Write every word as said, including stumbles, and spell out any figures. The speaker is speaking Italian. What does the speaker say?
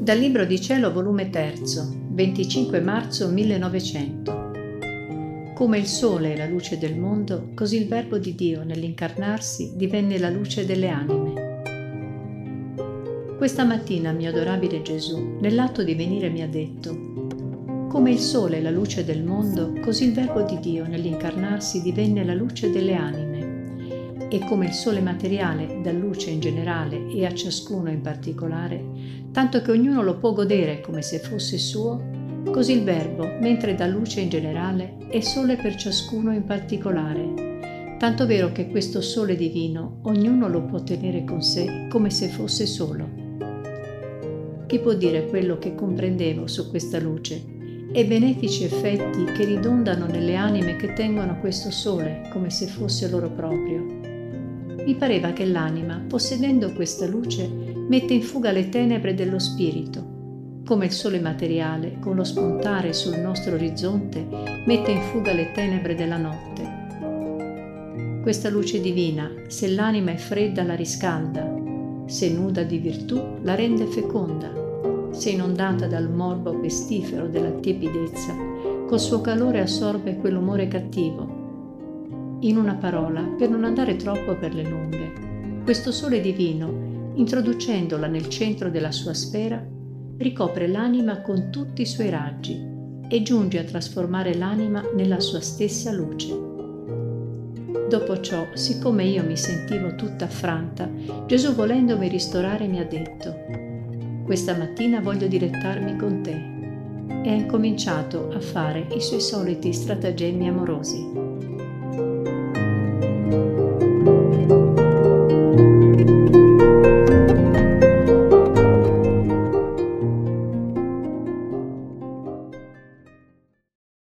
Dal Libro di Cielo, volume tre, venticinque marzo millenovecento. Come il sole è la luce del mondo, così il Verbo di Dio nell'incarnarsi divenne la luce delle anime. Questa mattina, mio adorabile Gesù, nell'atto di venire mi ha detto: come il sole è la luce del mondo, così il Verbo di Dio nell'incarnarsi divenne la luce delle anime. E come il sole materiale dà luce in generale e a ciascuno in particolare, tanto che ognuno lo può godere come se fosse suo, così il Verbo, mentre dà luce in generale, è sole per ciascuno in particolare, tanto vero che questo sole divino ognuno lo può tenere con sé come se fosse solo. Chi può dire quello che comprendevo su questa luce e benefici effetti che ridondano nelle anime che tengono questo sole come se fosse loro proprio? Mi pareva che l'anima, possedendo questa luce, mette in fuga le tenebre dello spirito, come il sole materiale, con lo spuntare sul nostro orizzonte, mette in fuga le tenebre della notte. Questa luce divina, se l'anima è fredda, la riscalda, se nuda di virtù, la rende feconda, se inondata dal morbo pestifero della tiepidezza, col suo calore assorbe quell'umore cattivo. In una parola, per non andare troppo per le lunghe, questo sole divino, introducendola nel centro della sua sfera, ricopre l'anima con tutti i suoi raggi e giunge a trasformare l'anima nella sua stessa luce. Dopo ciò, siccome io mi sentivo tutta affranta, Gesù, volendomi ristorare, mi ha detto: questa mattina voglio dilettarmi con te, e ha incominciato a fare i suoi soliti stratagemmi amorosi.